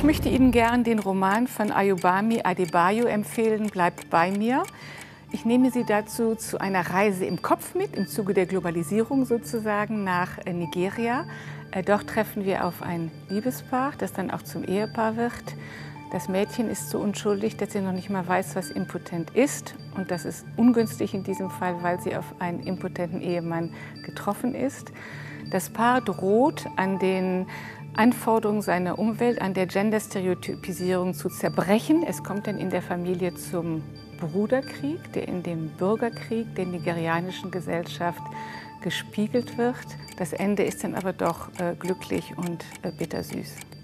möchte Ihnen gern den Roman von Ayobami Adebayo empfehlen, Bleibt bei mir. Ich nehme Sie dazu zu einer Reise im Kopf mit, im Zuge der Globalisierung sozusagen, nach Nigeria. Dort treffen wir auf ein Liebespaar, das dann auch zum Ehepaar wird. Das Mädchen ist so unschuldig, dass sie noch nicht mal weiß, was impotent ist. Und das ist ungünstig in diesem Fall, weil sie auf einen impotenten Ehemann getroffen ist. Das Paar droht, an den Anforderungen seiner Umwelt, an der Genderstereotypisierung zu zerbrechen. Es kommt dann in der Familie zum Bruderkrieg, der in dem Bürgerkrieg der nigerianischen Gesellschaft gespiegelt wird. Das Ende ist dann aber doch glücklich und bittersüß.